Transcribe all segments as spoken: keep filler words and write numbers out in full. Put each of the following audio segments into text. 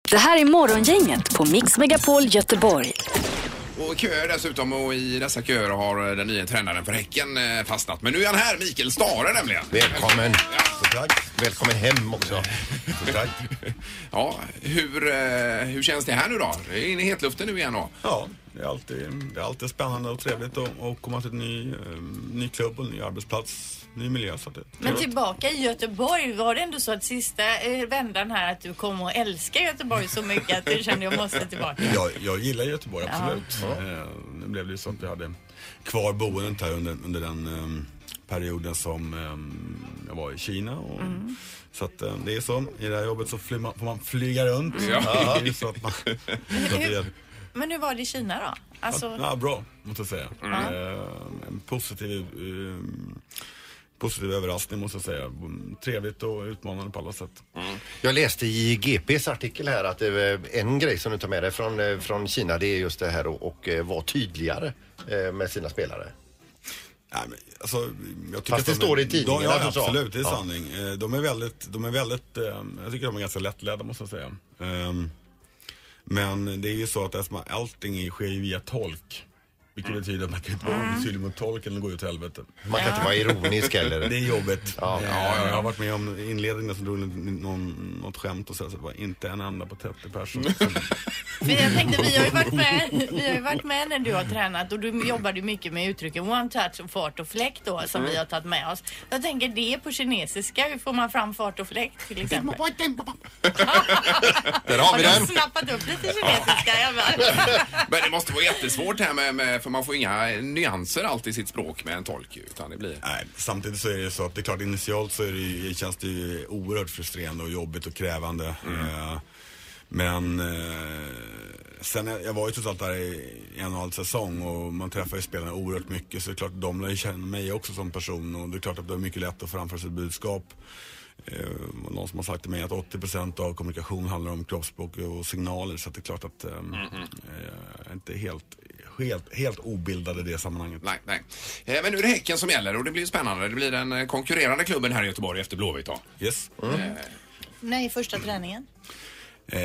Det här är Morgongänget på Mix Megapol Göteborg. Och köer dessutom, och i dessa köer har den nya tränaren för Häcken fastnat. Men nu är han här, Mikael Stare nämligen. Välkommen. Ja. Tack. Välkommen hem också. Tack. Ja, hur, hur känns det här nu då? Det är inne i hetluften nu igen då. Ja, det är alltid, det är alltid spännande och trevligt att, att komma till en ny, ny klubb och en ny arbetsplats, ny miljö. Så det, Men tillbaka i Göteborg, var det ändå så att sista eh, vändan här att du kommer att älska Göteborg så mycket att du kände jag måste tillbaka? Jag, jag gillar Göteborg, absolut. Ja. Eh, nu blev det ju så att vi hade kvar boendet här under, under den eh, perioden som eh, jag var i Kina. Och, mm. Så att eh, det är så, i det här jobbet så fly, får man flyga runt. Ja. Ja, det är så att man, så att det, Men hur var det i Kina då? Alltså... Ja, bra, måste jag säga. Mm. Eh, en positiv, eh, positiv överraskning, måste jag säga. Trevligt och utmanande på alla sätt. Mm. Jag läste i G P:s artikel här att det en grej som du tar med dig från, från Kina, det är just det här och, och vara tydligare eh, med sina spelare. Nej, men, alltså, jag tycker Fast det de står är, i tidningen. De, ja, alltså, absolut, det är ja. sanning. De är väldigt, de är väldigt, jag tycker de är ganska lättledda, måste jag säga. Um, men det är ju så att alltså, allting sker ju via tolk. Vilket betyder att man kan inte vara tydlig mot tolken eller gå ut till helvete. Man kan inte vara ironisk heller. Det är jobbigt. Ja. Ja, ja, jag har varit med om inledningen som drog någon, något skämt och så, så det var inte en enda på trettio personer. För jag tänkte, vi har ju varit med, vi har ju varit med när du har tränat och du jobbade mycket med uttrycken one touch och fart och fläkt då som mm. vi har tagit med oss. Jag tänker det på kinesiska, hur får man fram fart och fläkt till exempel? Där har vi den. Har du snappat upp lite kinesiska? Men det måste vara jättesvårt här med, med, för man får inga nyanser alltid i sitt språk med en tolk, utan det blir... Nej, samtidigt så är det så att det är klart initialt så är det ju, känns det ju oerhört frustrerande och jobbigt och krävande. Mm. Eh, men eh, sen jag, jag var ju trots allt där i en och en halv säsong och man träffar ju spelarna oerhört mycket, så det är klart att de lär ju känna mig också som person och det är klart att det är mycket lätt att framföra sitt budskap. Eh, någon som har sagt till mig att åttio procent av kommunikation handlar om kroppsspråk och signaler, så att det är klart att eh, mm. eh, inte helt Helt, helt obildade i det sammanhanget. Nej, nej. Eh, men nu är det Häcken som gäller och det blir spännande. Det blir den konkurrerande klubben här i Göteborg efter Blåvitt då. Yes. Mm. Eh. Nej, första träningen. Eh,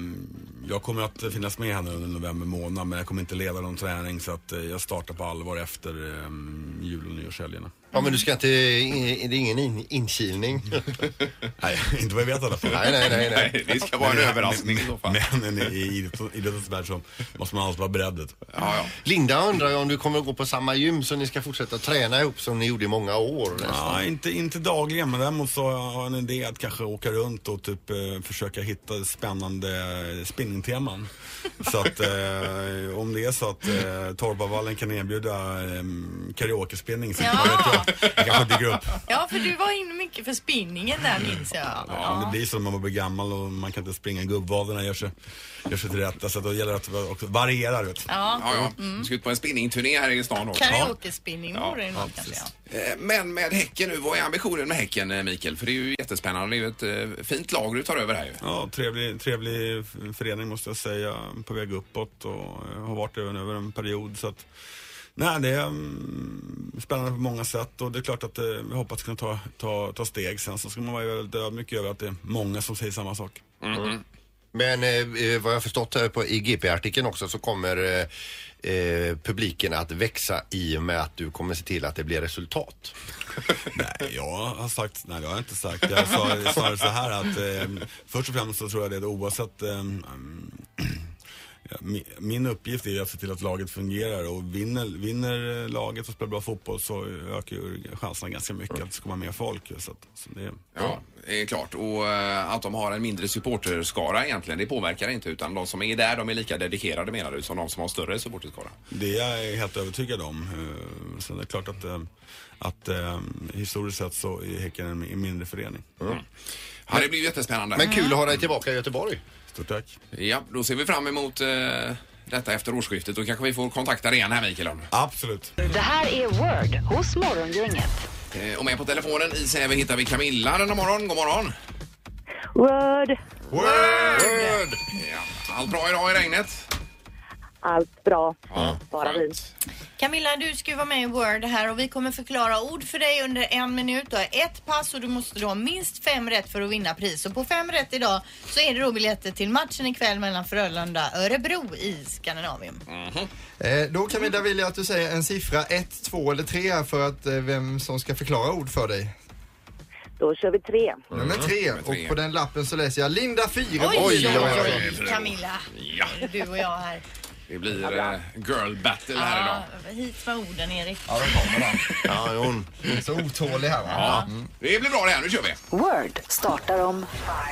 jag kommer att finnas med här nu under november månad, men jag kommer inte leda någon träning, så att eh, jag startar på allvar efter eh, jul- och nyårshelgerna. Ja, men du ska inte, det är ingen in, inkilning. Nej, inte vad jag vet i alla fall. Nej, nej, nej, nej. nej det ska vara en men, överraskning i så fall. Men i idrottens värld så måste man alltid vara beredd. Ja, ja. Linda undrar om du kommer att gå på samma gym så ni ska fortsätta träna ihop som ni gjorde i många år. Ja, inte, inte dagligen, men däremot så har jag en idé att kanske åka runt och typ eh, försöka hitta spännande spinningteman. Så att eh, om det är så att eh, Torbavallen kan erbjuda eh, karaoke-spinning så ja. vet jag. Jag kanske dyker upp. Ja, för du var inne mycket för spinningen där, minns jag. Ja, ja. Det blir så när man blir gammal och man kan inte springa, gubbvaderna gör sig, gör sig till rätta, så då gäller det att också variera. Vet. Ja, ja, ja. Mm. Du ska ut på en spinningturné här i stan också. Karaoke-spinning ja. vore det ja, nog kanske, ja. Men med Häcken nu, vad är ambitionen med Häcken, Mikael? För det är ju jättespännande, det är ju ett fint lag du tar över här ju. Ja, trevlig, trevlig förening måste jag säga, på väg uppåt och har varit över, över en period, så att nej, det är um, spännande på många sätt och det är klart att uh, vi hoppas kunna ta, ta, ta steg. Sen så ska man vara väldigt ödmjuk över att det är många som säger samma sak. Mm. Men eh, vad jag förstått här på, i G P-artikeln också så kommer eh, eh, publiken att växa i och med att du kommer se till att det blir resultat. Nej, jag har sagt, nej det har jag inte sagt. Jag sa snarare så här att eh, först och främst så tror jag det är oavsett eh, Ja, min uppgift är att se till att laget fungerar och vinner, vinner laget och spelar bra fotboll så ökar ju chanserna ganska mycket att det ska komma mer folk. Så, att, så det, ja, det är klart. Och uh, att de har en mindre supporterskara egentligen, det påverkar inte, utan de som är där, de är lika dedikerade, menar du, som de som har större supporterskara? Det är jag helt övertygad om. Så det är klart att, att historiskt sett så är Häcken en mindre förening. Mm. Ja, det blir jättespännande. Men kul att ha dig tillbaka i Göteborg. Stort tack. Ja, då ser vi fram emot uh, detta efter årsskiftet. Då kanske vi får kontakta dig igen här, Mikael. Absolut. Det här är Word hos Morgongänget. Uh, och med på telefonen i Säve hittar vi Camilla denna morgon. God morgon. Word. Word. Word. Ja, allt bra idag i regnet? Allt bra. Ja, Bara vi. Camilla, du ska ju vara med i Word här och vi kommer förklara ord för dig under en minut. Du har ett pass och du måste då ha minst fem rätt för att vinna pris. Och på fem rätt idag så är det då biljetter till matchen ikväll mellan Frölunda och Örebro i Skandinavien. Mm-hmm. Eh, då Camilla vill jag att du säger en siffra ett, två eller tre här för att eh, vem som ska förklara ord för dig. Då kör vi tre. Mm. Nummer tre. Nummer tre. Och på den lappen så läser jag Linda fyra. Oj, oj, oj, oj, oj. Camilla, Ja. du och jag här. Det blir eh, girl battle här idag. Ja, hit med orden, Erik. Ja, de kommer då. Ja, hon. Hon är så otålig här va? Ja, det blir bra det här. Nu kör vi. Word startar om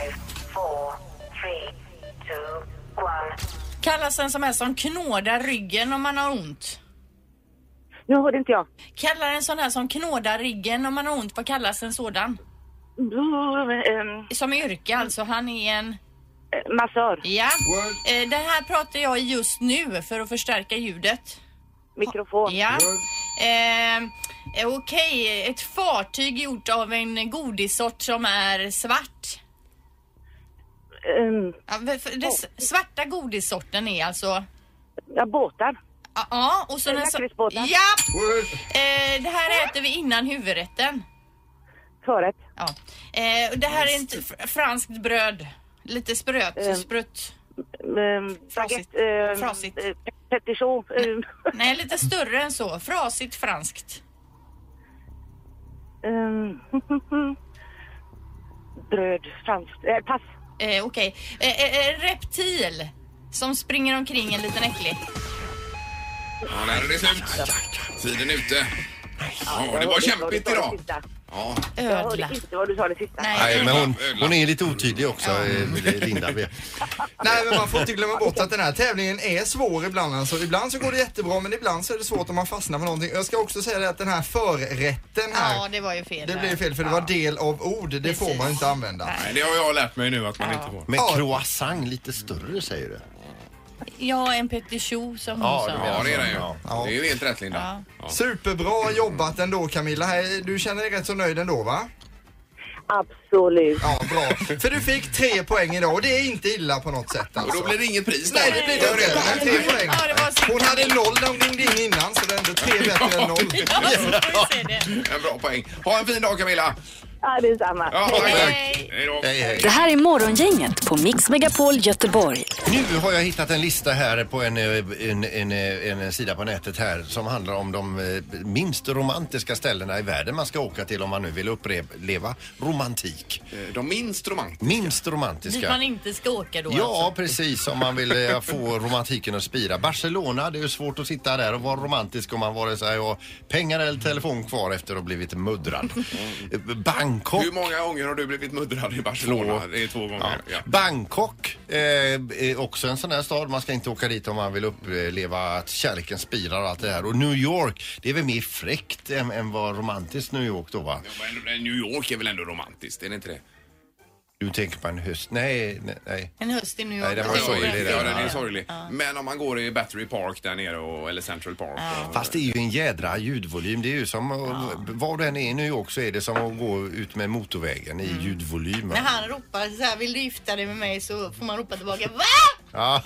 Kallas en som är som knådar ryggen om man har ont. Nu hörde inte jag. Kallar en sån här som knådar ryggen om man har ont. Vad kallas en sådan? Um, Som yrke alltså. Han är en... massör. Ja. Eh, det här pratar jag just nu för att förstärka ljudet. Mikrofon. Ja. Eh, eh, Okej. Ett fartyg gjort av en godissort som är svart. Um, Ja, det s- svarta godissorten är alltså... ja, båtar. Ja, ja, och så... Är det den så- lakritsbåtar? Ja! Eh, det här äter vi innan huvudrätten. Förrätt. Ja. Eh, det här är inte fr- franskt bröd. Lite spröt, Mm. sprutt. Um, Frasigt. baguette, um, Frasigt. eh, Petition. Um, Nej, lite större än så. Frasigt franskt. um, bröd. Franskt. Eh, pass. Eh, Okej. Eh, eh, reptil. Som springer omkring en liten äcklig. Ja, där är det slut. Tiden är ute. Ja, det var kämpigt idag. Ja. Jag hörde Ödla. inte vad du sa det sista. Nej. Nej, men hon, Ödla. hon är lite otydlig också, eh, Linda. Nej, men man får inte glömma bort att den här tävlingen är svår ibland. Alltså, ibland så går det jättebra, men ibland så är det svårt om man fastnar med någonting. Jag ska också säga det att den här förrätten här, Ja, det var ju fel. det där. blev fel för det var del av ord. Det får Precis. man inte använda. Nej, det har jag lärt mig nu att man inte får. Men Ja. croissant lite större säger du? Ja, en petit choux som hon Ja, sa. du menar Ja, det är det ju. Ja. Det är ju helt rätt, Linda. Ja. Superbra jobbat ändå Camilla. Här, du känner dig rätt så nöjd ändå va? Absolut. Ja, bra. För du fick tre poäng idag och det är inte illa på något sätt Och alltså. då blir det inget pris då. Nej, det blir det inte. Men tre poäng. Ja, det var så- Hon hade noll när hon ringde in innan så det är ändå tre bättre än noll. Ja, så får vi se det. En bra poäng. Ha en fin dag, Camilla. Ja, det är samma. Ja, tack, tack. Hej. Hej då. Hej, hej. Det här är Morgongänget på Mix Megapol Göteborg. Nu har jag hittat en lista här på en, en, en, en, en sida på nätet här som handlar om de eh, minst romantiska ställena i världen man ska åka till om man nu vill uppleva romantik. De minst romantiska. Minst Dit romantiska. man inte ska åka då Ja, alltså. precis. Om man vill eh, få romantiken att spira. Barcelona, det är ju svårt att sitta där och vara romantisk om man vare sig har pengar eller telefon kvar efter att ha blivit muddrad. Eh, Bangkok. Hur många gånger har du blivit muddrad i Barcelona? Två. Det är två Ja. gånger. Ja. Bangkok eh, är också en sån här stad. Man ska inte åka dit om man vill uppleva att kärleken spirar och allt det här. Och New York, det är väl mer fräckt än, än vad romantiskt New York då va? Ja, men New York är väl ändå romantiskt, är det inte det? Du tänker på en höst? Nej, nej, nej. En höst i New York. Nej, det var Ja, sorglig, det, det. ja, den är sorglig. Men om man går i Battery Park där nere och, eller Central Park. Och, Fast det är ju en jädra ljudvolym. Det är ju som, ja. Var du än är i New York så är det som att gå ut med motorvägen i ljudvolym. När han ropar så här, vill du gifta dig med mig, så får man ropa tillbaka, va? Ja.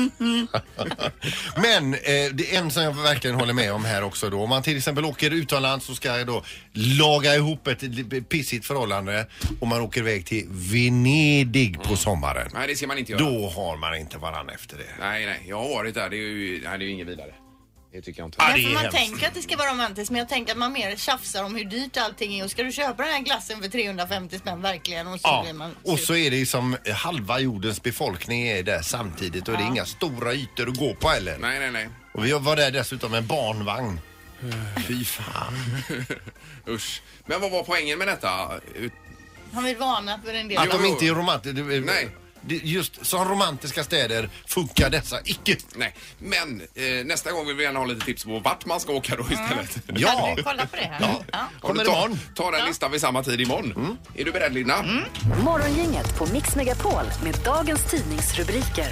Men eh, det är en som jag verkligen håller med om här också då. Om man till exempel åker utomlands så ska jag då laga ihop ett pissigt förhållande och man åker iväg till Venedig på sommaren. Nej, det ska man inte göra. Då har man inte varann efter det. Nej, nej. Jag har varit där. Det är ju, nej, det är ju inget vidare. Det tycker jag inte. Ja, det Därför är man hemskt. tänker att det ska vara romantiskt, men jag tänker att man mer tjafsar om hur dyrt allting är. Och ska du köpa den här glassen för trehundrafemtio spänn verkligen? Och så Ja, blir man och så är det som halva jordens befolkning är där samtidigt och det är inga stora ytor att gå på heller. Nej, nej, nej. Och vi var där dessutom med barnvagn. Fy fan. Usch. Men vad var poängen med detta? Ut- Han vill varna för en del. Att de Jo. inte är romantiska. Nej. Just som romantiska städer funkar dessa icke. Nej. Men eh, nästa gång vill vi gärna ha lite tips på vart man ska åka då istället. Ja. Kan du kolla på det här? Ja. Ja. Har Kommer du ta, imorgon. ta den listan vid samma tid imorgon. Är du beredd, Linda? Morgongänget på Mix Megapol med dagens tidningsrubriker.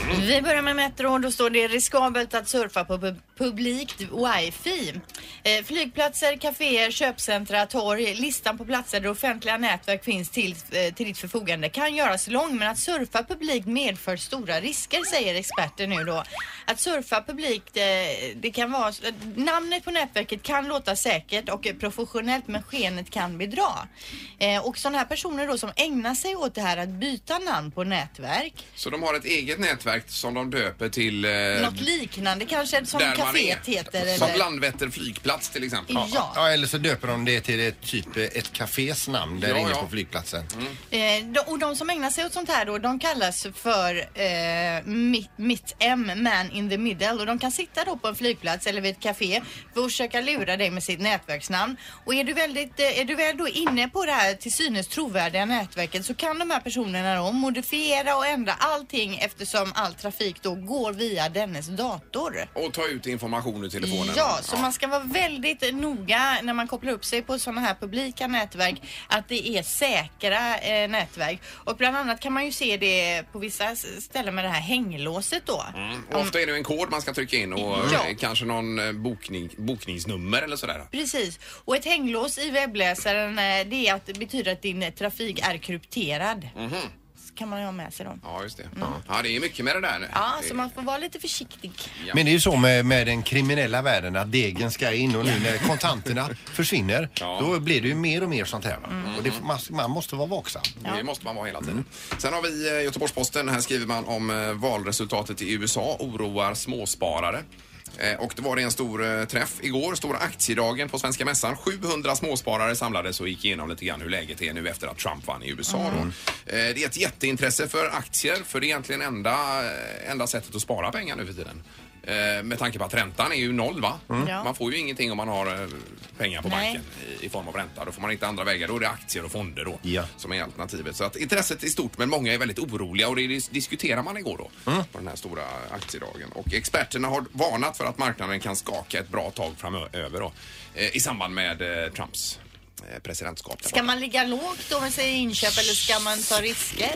Mm. Vi börjar med Metro. Då står det riskabelt att surfa på pub- publikt wifi. Eh, flygplatser, kaféer, köpcentra, torg. Listan på platser där offentliga nätverk finns till, eh, till ditt förfogande kan göras lång, men att surfa publikt medför stora risker, säger experter nu då. Att surfa publikt, eh, det kan vara... Namnet på nätverket kan låta säkert och professionellt, men skenet kan bedra. Eh, och sådana här personer då som ägnar sig åt det här att byta namn på nätverk. Så de har ett eget nätverk som de döper till... Eh, Något liknande kanske som kaféet heter. Som eller? Landvetter flygplats till exempel. Ja. Ja, eller så döper de det till ett, typ ett kafés namn där Ja, inne ja. på flygplatsen. Mm. Eh, de, och de som ägnar sig åt sånt här då, de kallas för eh, mitt M, man in the middle. Och de kan sitta då på en flygplats eller vid ett café för att försöka lura dig med sitt nätverksnamn. Och är du, väldigt, eh, är du väl då inne på det här till synes trovärdiga nätverket, så kan de här personerna då modifiera och ändra allting eftersom all trafik då går via dennes dator. Och ta ut information ur telefonen. Ja, så man ska vara väldigt noga när man kopplar upp sig på sådana här publika nätverk, att det är säkra eh, nätverk. Och bland annat kan man ju se det på vissa ställen med det här hänglåset då. Mm. Och ofta är det en kod man ska trycka in och Ja. eh, kanske någon eh, bokning, bokningsnummer eller sådär. Precis. Och ett hänglås i webbläsaren, eh, det är att det betyder att din trafik är krypterad. Mhm. Så kan man ju ha med sig då. Ja, just det. Ja, det är mycket med det där nu. Ja, det... så man får vara lite försiktig. Ja. Men det är ju så med, med den kriminella världen att degen ska in, och nu när kontanterna försvinner, Ja. då blir det ju mer och mer sånt här. Va? Och det, man, man måste vara vaksam. Det måste man vara hela tiden. Sen har vi eh, Göteborgs-Posten. Här skriver man om eh, valresultatet i U S A oroar småsparare. Eh, och det var en stor eh, träff igår, stora aktiedagen på Svenska mässan. sjuhundra småsparare samlades och gick igenom lite grann hur läget är nu efter att Trump vann i U S A. Då. Eh, det är ett jätteintresse för aktier, för det är egentligen enda, enda sättet att spara pengar nu för tiden. Eh, med tanke på att räntan är ju noll, va? Ja. Man får ju ingenting om man har eh, pengar på Nej. banken i, i form av ränta. Då får man inte andra vägar. Då är det aktier och fonder då Ja. som är alternativet. Så att intresset är stort, men många är väldigt oroliga, och det dis- diskuterar man igår då på den här stora aktiedagen. Och experterna har varnat för att marknaden kan skaka ett bra tag framöver då, eh, i samband med eh, Trumps eh, presidentskap. Ska man ligga lågt då med sig inköp, eller ska man ta risker?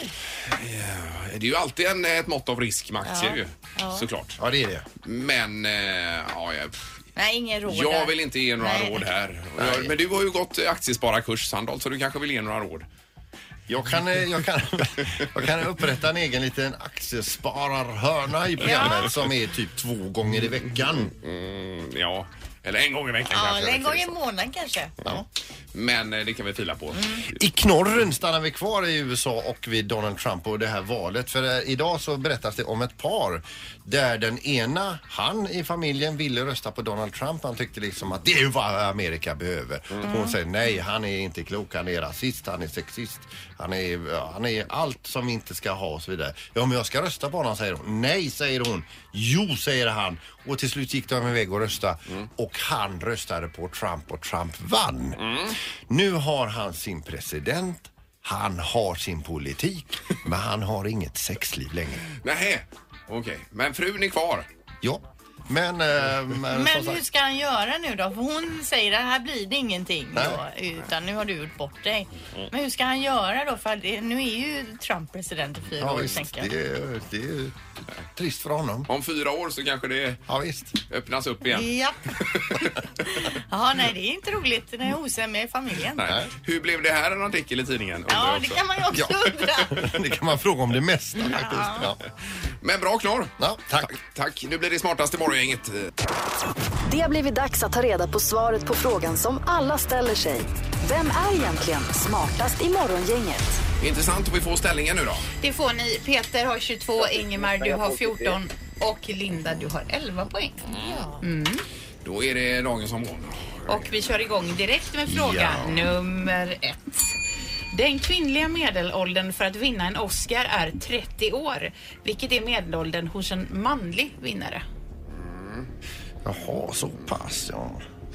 Det är ju alltid en, ett mått av risk med aktier Ja. ju, Ja. såklart. Ja, det är det. Men, eh, ja, jag, Nej, ingen råd jag där. vill inte ge några Nej. råd här. Jag, men du har ju gått aktiespararkurs, Sandholt, så du kanske vill ge några råd. Jag kan, eh, jag, kan, jag kan upprätta en egen liten aktiespararhörna i programmet Ja. som är typ två gånger i veckan. Mm, ja, eller en gång i veckan Ja, kanske. eller en gång i månaden kanske. Ja. Men eh, det kan vi fila på. I knorren stannar vi kvar i U S A och vid Donald Trump och det här valet. För eh, idag så berättas det om ett par där den ena, han i familjen, ville rösta på Donald Trump. Han tyckte liksom att det är vad Amerika behöver. Mm. Hon säger nej, han är inte klok, han är rasist, han är sexist. Han är, ja, han är allt som vi inte ska ha och så vidare. Ja, men jag ska rösta på honom, säger hon. Nej, säger hon. Jo, säger han. Och till slut gick de iväg och rösta. Mm. Och han röstade på Trump och Trump vann. Mm. Nu har han sin president. Han har sin politik. Men han har inget sexliv längre. Nej, okej. Okay. Men frun är kvar. Ja. Men, äh, men, Men som hur sagt, ska han göra nu då? För hon säger att här blir det ingenting då, utan nu har du gjort bort dig. Men hur ska han göra då? För det, nu är ju Trump president i fyra ja, år, visst, tänker det, jag. är, det är trist för honom. Om fyra år så kanske det Ja, visst. öppnas upp igen. Ja. Ja, nej, det är inte roligt. Det är osämja i familjen. Nej. Hur blev det här en artikel i tidningen? Undrar Ja, jag det också. kan man ju också undra. Det kan man fråga om det mesta faktiskt. Ja. Men bra, klar. Ja, tack. tack. Tack. Nu blir det smartaste morgongänget. Det har blivit dags att ta reda på svaret på frågan som alla ställer sig. Vem är egentligen smartast i morgongänget? Intressant, och vi får ställningen nu då. Det får ni. Peter har tjugotvå, Ingemar du har fjorton och Linda du har elva poäng. Mm. Då är det dagens omgång. Och vi kör igång direkt med fråga Ja. nummer ett. Den kvinnliga medelåldern för att vinna en Oscar är trettio år. Vilket är medelåldern hos en manlig vinnare? Jaha, så pass, ja.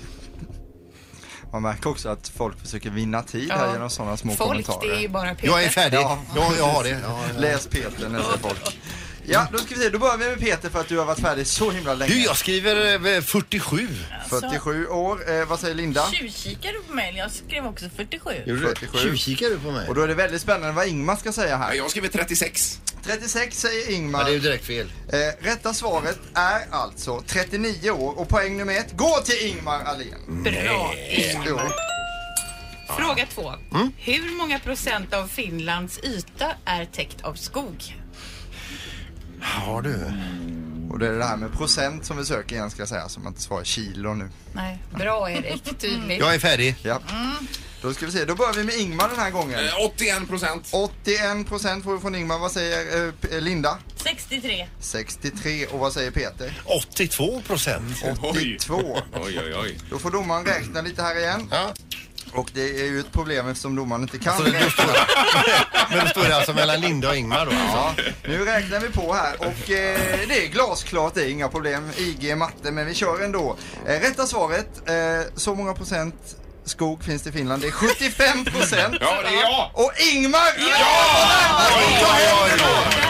Man märker också att folk försöker vinna tid här Ja. genom sådana små Folk, kommentarer. det är ju bara Peter. Jag är färdig. Ja. Ja, jag har det. Ja, ja. Läs Peter nästa folk. Ja, då ska vi se. Då börjar vi med Peter för att du har varit färdig så himla länge. Du, jag skriver eh, fyrtiosju. fyrtiosju år. Eh, vad säger Linda? Tjuvkikar du på mig? Jag skrev också fyrtiosju. Gjorde du? fyrtiosju. Tjuvkikar du på mig? Och då är det väldigt spännande vad Ingmar ska säga Ja, här. jag har skrivit trettiosex. trettiosex säger Ingmar. Ja, det är ju direkt fel. Eh, rätta svaret är alltså trettionio år och poäng nummer ett går till Ingmar Ahlén. Bra, Ingmar. Jo. Fråga två. Mm? Hur många procent av Finlands yta är täckt av skog? Ja du. Och det är det här med procent som vi söker igen, ska jag säga, som man inte svarar kilo nu. Nej, bra Erik, tydligt. Jag är färdig. Ja. Då ska vi se, då börjar vi med Ingmar den här gången. Eh, åttioen procent. åttioen procent får vi från Ingmar. Vad säger eh, Linda? sextiotre. sextiotre. Och vad säger Peter? åttiotvå procent. åttiotvå. Oj, oj, oj. Då får domaren räkna lite här igen. Ja. Och det är ju ett problem eftersom domaren inte kan Alltså, det räkna. Men det står det alltså mellan Linda och Ingmar då? Ja, nu räknar vi på här och eh, det är glasklart, det är inga problem. I G matte, men vi kör ändå. Eh, rätta svaret, eh, så många procent skog finns det i Finland. Det är sjuttiofem procent. Ja, det är jag! Och Ingmar! Ja! Oj, oj, oj,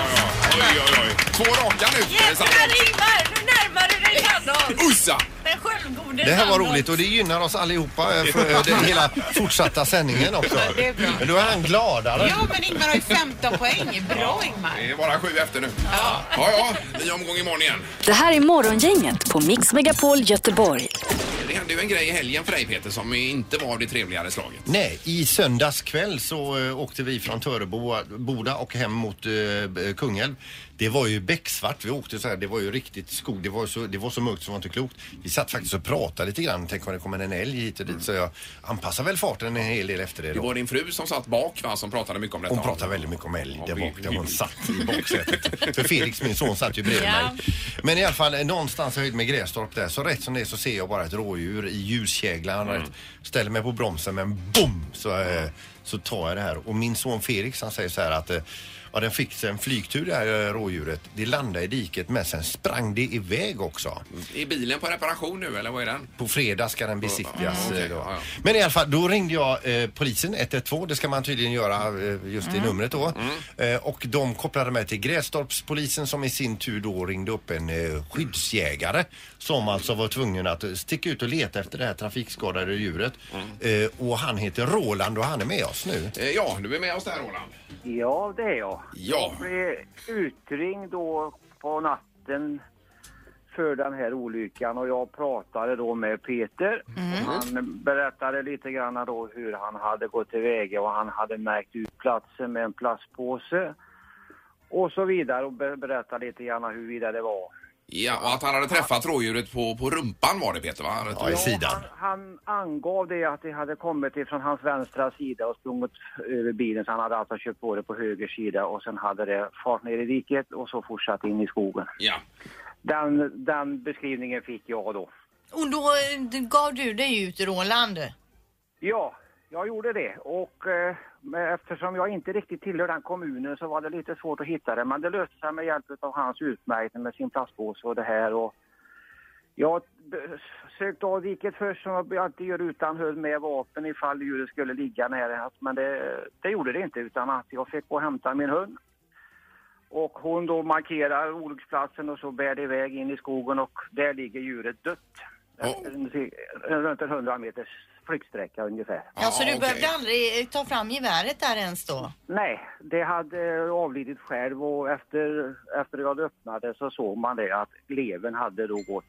oj, oj, oj. Två raka nu. Jävlar Ingmar, nu närmar du dig Sandholt. Ussa! Den självgode Det här var Sandholt. roligt och det gynnar oss allihopa för den hela fortsatta sändningen också. Det är bra. Men då är han gladare. Ja, men Ingmar har ju femton poäng. Bra Ingmar. Det är bara sju efter nu. Ja, ja, ja. Ny omgång imorgon igen. Det här är Morgongänget på Mix Megapol Göteborg. Det hände ju en grej i helgen för dig Peter som inte var av det trevligare slaget. Nej, i söndags kväll så uh, åkte vi från Töreboda och hem mot uh, Kungälv. Det var ju becksvart. Vi åkte så här, det var ju riktigt skog. Det var så, det var så mörkt som var inte klokt. Vi satt faktiskt och pratade lite grann. Tänk om det kommer en älg hit och dit. Så jag anpassar väl farten en hel del efter det då. Det var din fru som satt bak va, som pratade mycket om detta. Hon pratade väldigt mycket om älg där Ja, bak, där vi- hon satt i baksätet. För Felix, min son, satt ju bredvid Ja. mig. Men i alla fall, någonstans höjd med Grästorp där, så rätt som det är så ser jag bara ett rådjur i ljuskäglan. Mm. Ställer mig på bromsen, men boom! Så, eh, så tar jag det här. Och min son Felix, han säger så här att... Eh, Ja, den fick en flygtur det här rådjuret. Det landade i diket men sen sprang det iväg också. Är bilen på reparation nu eller vad är den? På fredag ska den besiktigas. Ja, okej. då. Ja, ja. Men i alla fall, då ringde jag eh, polisen ett ett två. Det ska man tydligen göra eh, just i numret då. Eh, och de kopplade mig till Grästorpspolisen som i sin tur då ringde upp en eh, skyddsjägare som alltså var tvungen att sticka ut och leta efter det här trafikskadade djuret. Eh, och han heter Roland och han är med oss nu. Eh, ja, du är med oss där Roland. Ja, det är jag. Ja. Jag blev utringd då på natten för den här olyckan och jag pratade då med Peter. Han berättade lite grann då hur han hade gått tillväga och han hade märkt ut platsen med en plastpåse och så vidare och ber- berättade lite grann hur vidare det var. Ja, och att han hade träffat rådjuret på, på rumpan var det Peter va? Ja, i sidan. Han, han angav det att det hade kommit ifrån hans vänstra sida och sprungit över bilen så han hade alltså köpt på det på höger sida och sen hade det fart ner i diket och så fortsatt in i skogen. Ja. Den, den beskrivningen fick jag då. Och då eh, gav du dig ut Roland. Ja, jag gjorde det och eh, men eftersom jag inte riktigt tillhör den kommunen så var det lite svårt att hitta det. Men det löste sig med hjälp av hans utmärkning med sin plastpåse och det här. Och jag b- sökte av diket först som jag alltid gör utan höll med vapen ifall djuret skulle ligga nära. Men det, det gjorde det inte utan att jag fick gå och hämta min hund. Och hon då markerar olycksplatsen och så bär det iväg in i skogen och där ligger djuret dött. Efter en, runt en hundra meters flyktsträcka ungefär. Ja, så du okej. behövde aldrig ta fram geväret där ens då? Nej, det hade avlidit själv och efter, efter jag öppnade så såg man det att levern hade då gått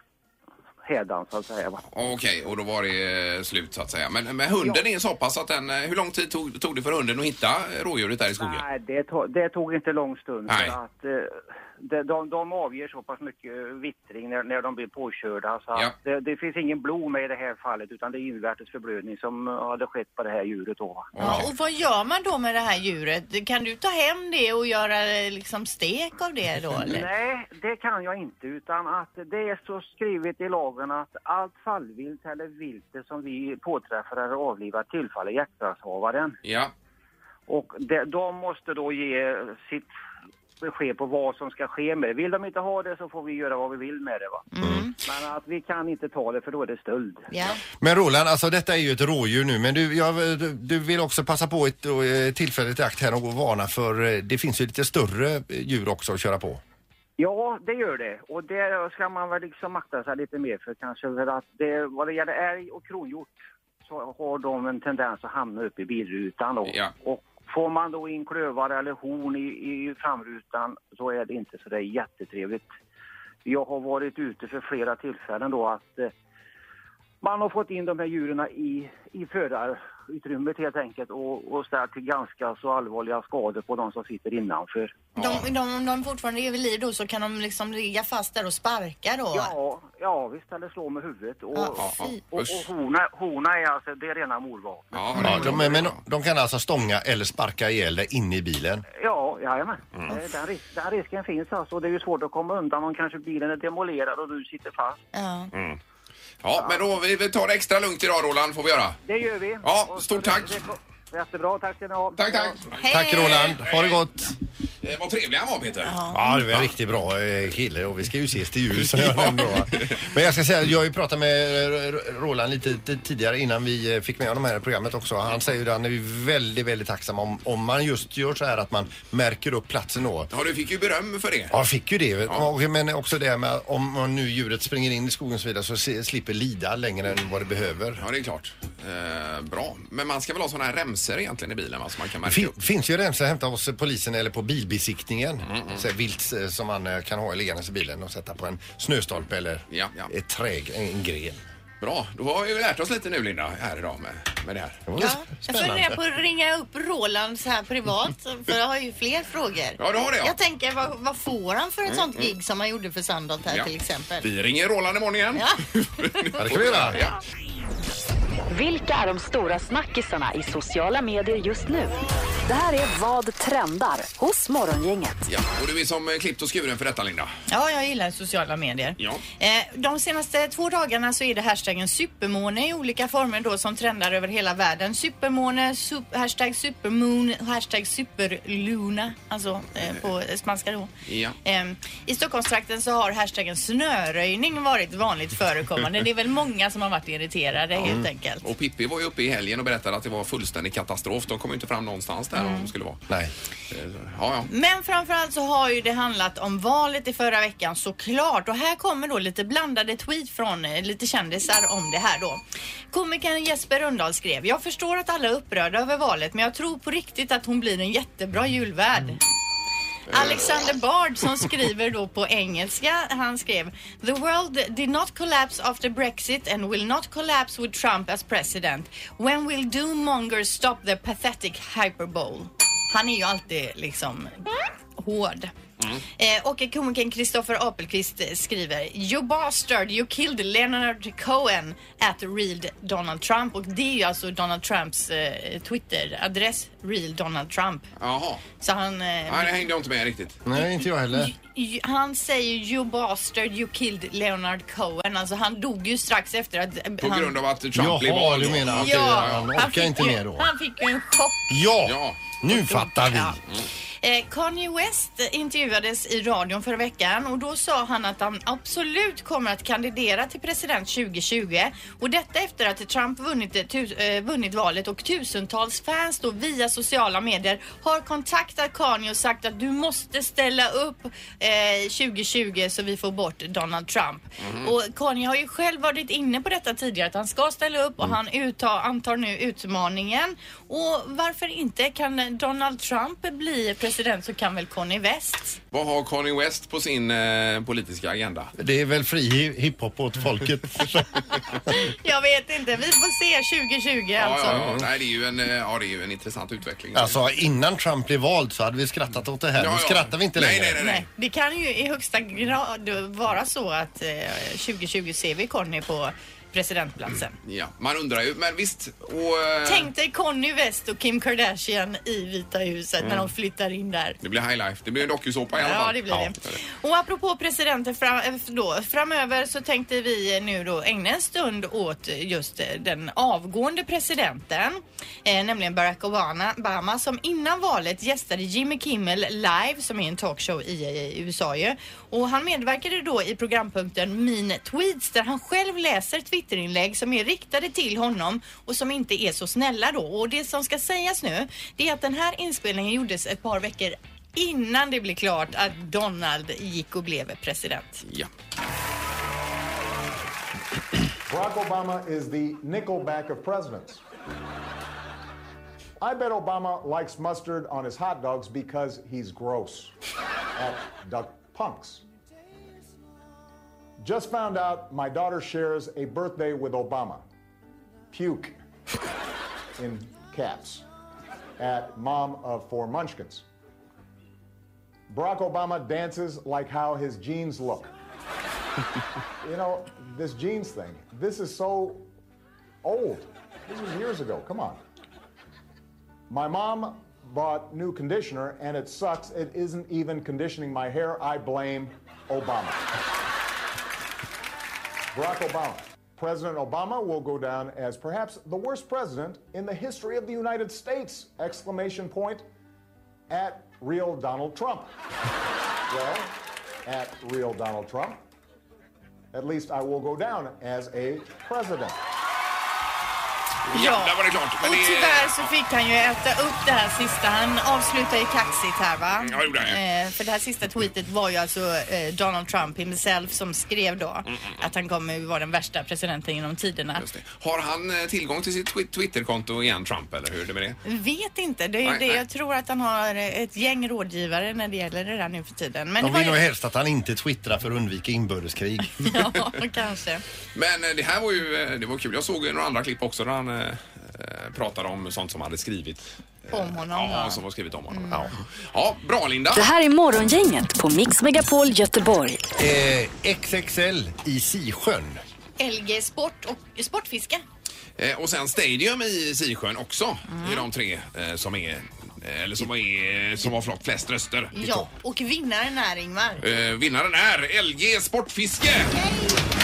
hädan så att säga. Va? Okej, och då var det eh, slut så att säga. Men, men hunden är så pass att den... eh, Hur lång tid tog, tog det för hunden att hitta rådjuret där i skogen? Nej, det, to- det tog inte lång stund. Nej. För att, eh, de, de, de avger så pass mycket vittring när, när de blir påkörda så Ja. att det, det finns ingen blod med i det här fallet utan det är invärtes förblödning som hade skett på det här djuret då. Va? Ja, och vad gör man då med det här djuret? Kan du ta hem det och göra liksom stek av det då eller? Nej, det kan jag inte utan att det är så skrivet i lagen att allt fallvilt eller vilte som vi påträffar eller avlivar tillfaller jakträttshavaren. Ja. Och det, de måste då ge sitt besked på vad som ska ske med det. Vill de inte ha det så får vi göra vad vi vill med det va. Mm. Men att vi kan inte ta det för då är det stöld. Ja. Men Roland, alltså detta är ju ett rådjur nu, men du, jag, du, du vill också passa på ett eh, tillfälligt akt här och varna för eh, det finns ju lite större djur också att köra på. Ja, det gör det. Och det ska man väl liksom akta sig lite mer för kanske för att det, vad det gäller älg och kronhjort så har de en tendens att hamna upp i bilrutan då. Ja. Och får man då in klövar eller horn i, i framrutan så är det inte så det är jättetrevligt. Jag har varit ute för flera tillfällen då att eh, man har fått in de här djuren i, i förarutrymmet helt enkelt och, och ställt till ganska så allvarliga skador på de som sitter innanför. De, de, om de fortfarande är vid liv då så kan de liksom ligga fast där och sparka då? Ja, ja visst, eller slå med huvudet. Och, Ja, och, fy. och, och hona, hona är alltså, det är rena morvapen. Ja, Ja, de, är- men de kan alltså stånga eller sparka ihjäl dig inne i bilen. Ja, jajamän. Mm. Den, ris- den risken finns alltså. Det är ju svårt att komma undan om kanske bilen är demolerad och du sitter fast. Ja. Ja, men då vi vi tar det extra lugnt idag, Roland, får vi göra. Det gör vi. Ja, Och- stort tack. Jättebra, tack ska ni ha. Tack, tack. Hej. Tack Roland, ha det gott. Eh, vad trevlig han var, Peter. Ja, det var en riktigt bra eh, kille och vi ska ju ses till jul som jag nämnde då. Men jag ska säga, jag har ju pratat med eh, Roland lite t- tidigare innan vi eh, fick med honom här i programmet också. Han säger ju att han är ju väldigt, väldigt tacksam om, om man just gör så här att man märker upp platsen då. Ja, du fick ju beröm för det. Ja, jag fick ju det. Ja. Och, men också det med om om nu djuret springer in i skogen och så vidare så se, slipper lida längre än vad det behöver. Ja, det är klart. Eh, bra. Men man ska väl ha sådana här remser egentligen i bilen, va, så man kan Det märka fin, upp. finns ju remsor att hämta hos polisen eller på bilbesiktningen. Så här vilt eh, som man eh, kan ha liggandes i bilen och sätta på en snöstolpe eller Ja, ja. ett träd, en gren. Bra, då har vi ju lärt oss lite nu, Linda, här idag med, med det här. Det var Ja, sp- jag funderar spännande. på att ringa upp Roland så här privat för jag har ju fler frågor. Ja, du har det, ja. Jag tänker, vad, vad får han för ett sånt gig som han gjorde för Sandholt här Ja. till exempel? Vi ringer Roland imorgon igen. Ja. Ja, det kan vi göra. Ja. Vilka är de stora snackisarna i sociala medier just nu? Det här är Vad trendar hos Morgongänget. Ja, och du är som eh, klippt och skuren för detta, Linda. Ja, jag gillar sociala medier. Ja. Eh, de senaste två dagarna så är det hashtaggen supermåne i olika former då som trendar över hela världen. Supermåne, sup, hashtag supermoon, hashtag superluna, alltså eh, på spanska då. Ja. Eh, I Stockholmstrakten så har hashtaggen snöröjning varit vanligt förekommande. Det är väl många som har varit irriterade helt enkelt. Och Pippi var ju uppe i helgen och berättade att det var fullständig katastrof. De kom ju inte fram någonstans där om de skulle vara. Nej. Eh, Ja, ja. Men framförallt så har ju det handlat om valet i förra veckan såklart. Och här kommer då lite blandade tweet från eh, lite kändisar om det här då. Komikern Jesper Rönndahl skrev: jag förstår att alla är upprörda över valet, men jag tror på riktigt att hon blir en jättebra julvärd. Alexander Bard som skriver då på engelska, han skrev: the world did not collapse after Brexit and will not collapse with Trump as president. When will doommongers stop their pathetic hyperbole? Han är ju alltid liksom hård. Mm. Eh, och komikern Kristoffer Apelqvist skriver: you bastard, you killed Leonard Cohen at real Donald Trump. Och det är ju alltså Donald Trumps eh, Twitter-adress, real Donald Trump. Jaha. Så han... Eh, Nej, det hängde jag inte med riktigt. Nej, inte jag heller. Ju- Han säger you bastard, you killed Leonard Cohen. Alltså han dog ju strax efter att eh, På han... grund av att Trump Jaha, blev vald. du menar att Ja, han han orkar fick inte ju, mer då? Han fick ju en chock. Ja, Ja. nu fattar vi. Ja. Eh, Kanye West intervjuades i radion förra veckan och då sa han att han absolut kommer att kandidera till president tjugo tjugo. Och detta efter att Trump vunnit, tu- eh, vunnit valet och tusentals fans då via sociala medier har kontaktat Kanye och sagt att du måste ställa upp eh, tjugo tjugo så vi får bort Donald Trump. Och Kanye har ju själv varit inne på detta tidigare att han ska ställa upp och han uttar, antar nu utmaningen. Och varför inte? Kan Donald Trump bli president så kan väl Kanye West? Vad har Kanye West på sin eh, politiska agenda? Det är väl fri hi- hiphop åt folket. Jag vet inte. Vi får se tjugo tjugo alltså. Ja, ja, ja. Nej, det är ju en, eh, ja, det är ju en intressant utveckling. Alltså innan Trump blev vald så hade vi skrattat åt det här. Ja, Nu ja. skrattar vi inte Nej, längre. nej, nej, nej. Nej, det kan ju i högsta grad vara så att eh, tjugo tjugo ser vi Kanye på presidentplatsen. Ja, man undrar ju, men visst. Och, eh, Tänk dig Kanye West och Kim Kardashian i Vita huset Mm. när de flyttar in där. det blir high life. Det blir en dokusåpa i alla fall. Ja, det blir det. Och apropå presidenter fram, då, framöver så tänkte vi nu då ägna en stund åt just den avgående presidenten, eh, nämligen Barack Obama, Obama som innan valet gästade Jimmy Kimmel Live som är en talkshow i, i U S A ju. Och han medverkade då i programpunkten Mean Tweets där han själv läser Twitterinlägg som är riktade till honom och som inte är så snälla då. Och det som ska sägas nu det är att den här inspelningen gjordes ett par veckor innan det blev klart att Donald gick och blev president. Ja. Barack Obama is the Nickelback of presidents. I bet Obama likes mustard on his hot dogs because he's gross. At Duck Punks. Just found out my daughter shares a birthday with Obama. Puke. In caps. At Mom of Four Munchkins. Barack Obama dances like how his jeans look. You know, this jeans thing, this is so old. This was years ago, come on. My mom bought new conditioner and it sucks. It isn't even conditioning my hair. I blame Obama. Barack Obama. President Obama will go down as perhaps the worst president in the history of the United States! Exclamation point at real Donald Trump. Well, at real Donald Trump, at least I will go down as a president. Ja, där var det klart. Men och det... tyvärr så fick han ju äta upp det här sista. Han avslutar ju kaxigt här, va? Ja, gjorde han. Eh, för det här sista tweetet var ju alltså eh, Donald Trump himself som skrev då mm, mm. att han kommer vara den värsta presidenten genom tiderna. Just det. Har han eh, tillgång till sitt tw- Twitterkonto igen, Trump, eller hur är det med det? Vet inte. Det är nej, det. Nej. Jag tror att han har ett gäng rådgivare när det gäller det där nu för tiden. Men de det vill var nog ju... helst att han inte twittrar för att undvika inbördeskrig. Ja, kanske. Men eh, det här var ju eh, det var kul. Jag såg ju några andra klipp också där han eh, pratade om sånt som hade skrivit om honom. Ja, ja. som har skrivit om honom. Mm. Ja. Ja, bra Linda. Det här är Morgongänget på Mix Megapol Göteborg. Eh, X X L i Sisjön. L G Sport och Sportfiske. Eh, och sen Stadium i Sisjön också. Mm. Det är de tre eh, som är eller som är som har flott flest röster. Ja, och vinnaren är Ingmar. Eh, vinnaren är L G Sportfiske. Yay!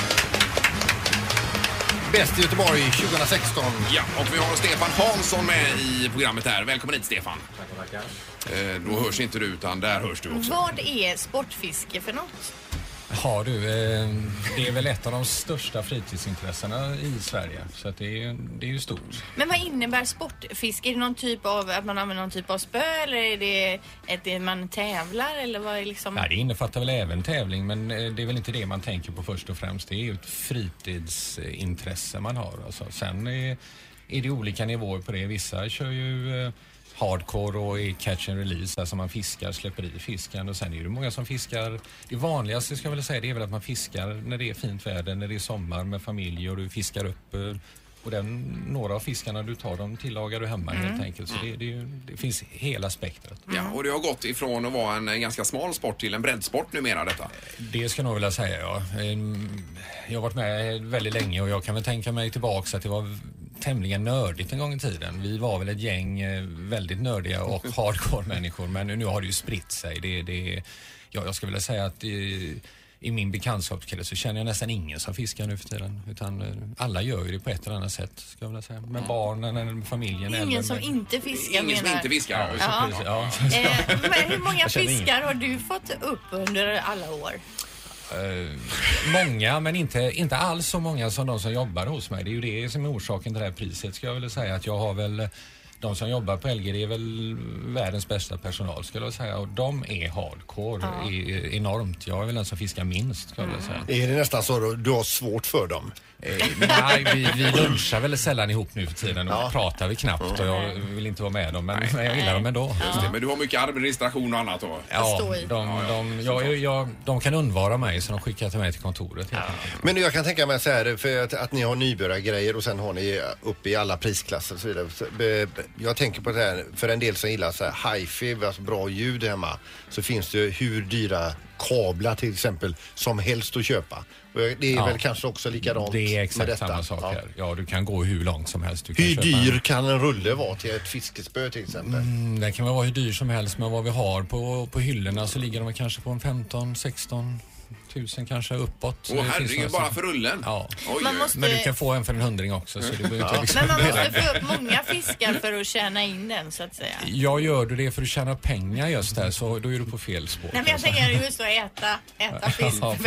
Bäst i Göteborg tjugohundrasexton. Ja, och vi har Stefan Hansson med i programmet här. Välkommen hit, Stefan. Tackar, tackar. Eh, då hörs inte du, utan där hörs du också. Vad är sportfiske för något? Ja du, eh, det är väl ett av de största fritidsintressena i Sverige. Så att det, är, det är ju stort. Men vad innebär sportfiske? Är det någon typ av, att man använder någon typ av spö? Eller är det att man tävlar? Eller vad är liksom... Nej, det innefattar väl även tävling, men det är väl inte det man tänker på först och främst. Det är ju ett fritidsintresse man har. Alltså, sen är, är det olika nivåer på det. Vissa kör ju... Eh, hardcore och i catch and release, alltså man fiskar, släpper i fisken, och sen är det många som fiskar. Det vanligaste ska jag väl säga, det är väl att man fiskar när det är fint väder, när det är sommar med familj, och du fiskar upp och den, några av fiskarna du tar, dem tillagar du hemma mm. helt enkelt. Så det, det, det finns hela spektrat. Ja, och det har gått ifrån att vara en ganska smal sport till en breddsport numera detta. Det ska jag nog vilja säga, ja. Jag har varit med väldigt länge och jag kan väl tänka mig tillbaka att det var tämligen nördigt en gång i tiden. Vi var väl ett gäng väldigt nördiga och hardcore-människor, men nu har det ju spritt sig. Det, det, ja, jag skulle vilja säga att i, i min bekantskapskrets så känner jag nästan ingen som fiskar nu för tiden. Utan alla gör ju det på ett eller annat sätt, ska jag vilja säga. Med mm. barnen eller med familjen. Ingen eller som med... inte fiskar. Ingen som inte fiskar. Ja, ja. Ja. Ja. Eh, men hur många fiskar har du fått upp under alla år? Uh, många, men inte, inte alls så många som de som jobbar hos mig. Det är ju det som är orsaken till det här priset, ska jag vilja säga. Att jag har väl, de som jobbar på L G, det är väl världens bästa personal, skulle jag säga. Och de är hardcore, ja. är enormt. Jag är väl den som fiskar minst, ska jag vilja säga. Är det nästan så att du har svårt för dem? Eh, nej, vi, vi lunchar väl sällan ihop nu för tiden och ja. pratar vi knappt, och jag vill inte vara med dem, men, men jag gillar dem ändå. Just det, men du har mycket administration och annat då? Ja, de, de, jag, jag, de kan undvara mig, så de skickar till mig till kontoret. Ja. Men jag kan tänka mig så här, för att, att ni har nybörjargrejer och sen har ni uppe i alla prisklasser och så vidare. Så, be, jag tänker på det här, för en del som gillar så här hi-fi, alltså bra ljud hemma, så finns det hur dyra kablar till exempel som helst att köpa. Det är ja. väl kanske också likadant med detta. Det är exakt samma sak här. Ja, du kan gå hur långt som helst. Du kan hur köpa dyr en... kan en rulle vara till ett fiskespö till exempel? Mm, det kan vara hur dyr som helst, men vad vi har på, på hyllorna så ligger de kanske på en femton sexton tusen kanske uppåt. Åh, herregud, bara för rullen? Ja. Man måste... Men du kan få en för en hundring också. Så det ja. liksom... Men man måste få upp många fiskar för att tjäna in den, så att säga. Ja, gör du det för att tjäna pengar just där, så då är du på fel spår. Nej, men jag tänker just att äta, äta fisk. Ja,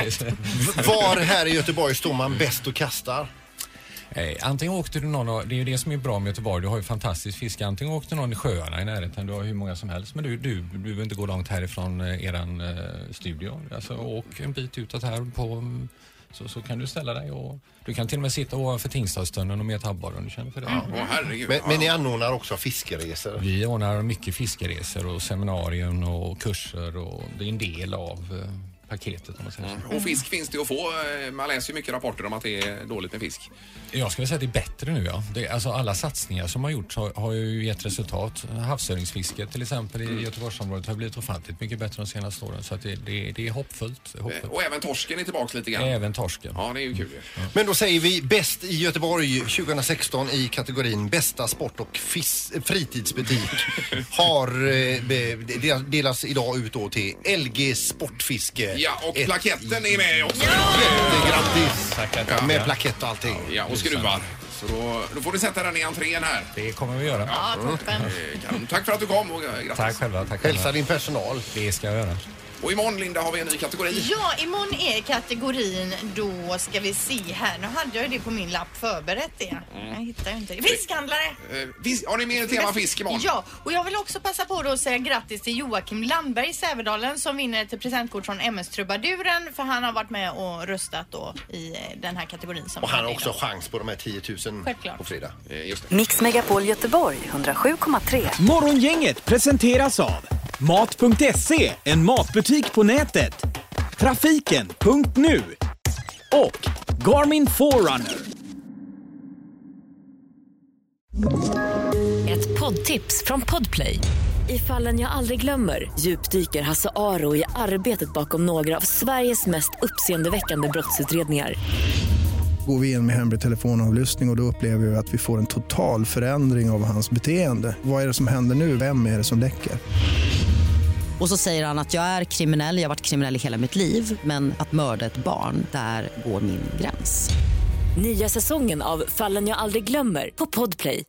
var här i Göteborg står man bäst och kastar? Eh, antingen åkte du någon, det är ju det som är bra med Göteborg, du har ju fantastiskt fiske. Antingen åkte någon i sjöarna i närheten, du har hur många som helst. Men du, du, du behöver inte gå långt härifrån eh, eran eh, studio. Alltså åk en bit utåt här på så, så kan du ställa dig och du kan till och med sitta ovanför Tingstadstunneln och med tabbbar om du känner för det. Mm. Åh, herregud. Men, Ja. men ni anordnar också fiskeresor? Vi ordnar mycket fiskeresor och seminarium och kurser och det är en del av eh, paketet om man säger så. Mm. Och fisk finns det att få. Man läser ju mycket rapporter om att det är dåligt med fisk. Jag skulle säga att det är bättre nu, ja. Det, alltså alla satsningar som har gjorts har, har ju gett resultat. Havsöringsfisket till exempel i Göteborgsområdet har blivit ofantligt mycket bättre de senaste åren. Så att det, det, det är hoppfullt, hoppfullt. Och även torsken är tillbaka lite grann. Även torsken. Ja, det är ju kul. Ja. Men då säger vi bäst i Göteborg tjugohundrasexton i kategorin bästa sport- och fis- fritidsbutik har eh, be- delas idag ut då till L G Sportfiske. Ja, och Ett plaketten är med också. Jättegrattis! Tackar, Ja. Med plakett och allting. Ja, och skruvar. Så då, då får du sätta den i entrén här. Det kommer vi göra. Ja, toppen. Eh, kanon. Tack för att du kom och eh, grattis. Tack själva, tack Hälsa själva. din personal. Det ska jag göra. Och imorgon, Linda, har vi en ny kategori. Ja, imorgon är kategorin, då ska vi se här. Nu hade jag ju det på min lapp förberett det. Jag hittar ju inte det. Fiskhandlare! Eh, fisk, har ni mer tema fisk imorgon? Ja, och jag vill också passa på då att säga grattis till Joakim Landberg i Sävedalen som vinner ett presentkort från M S-trubaduren, för han har varit med och röstat då i den här kategorin. Som Och han har hade också idag. chans på de här tio tusen Självklart. på fredag. Eh, just det. Mix Megapol Göteborg hundrasju komma tre. Morgongänget presenteras av mat punkt se, en matbutik på nätet. Trafiken punkt nu och Garmin Forerunner. Ett poddtips från Podplay. I Fallen jag aldrig glömmer djupdyker Hasse Aro i arbetet bakom några av Sveriges mest uppseendeväckande brottsutredningar. Går vi in med hemlig telefonavlyssning och, och då upplever vi att vi får en total förändring av hans beteende. Vad är det som händer nu? Vem är det som läcker? Och så säger han att jag är kriminell, jag har varit kriminell i hela mitt liv. Men att mörda ett barn, där går min gräns. Nya säsongen av Fallen jag aldrig glömmer på Podplay.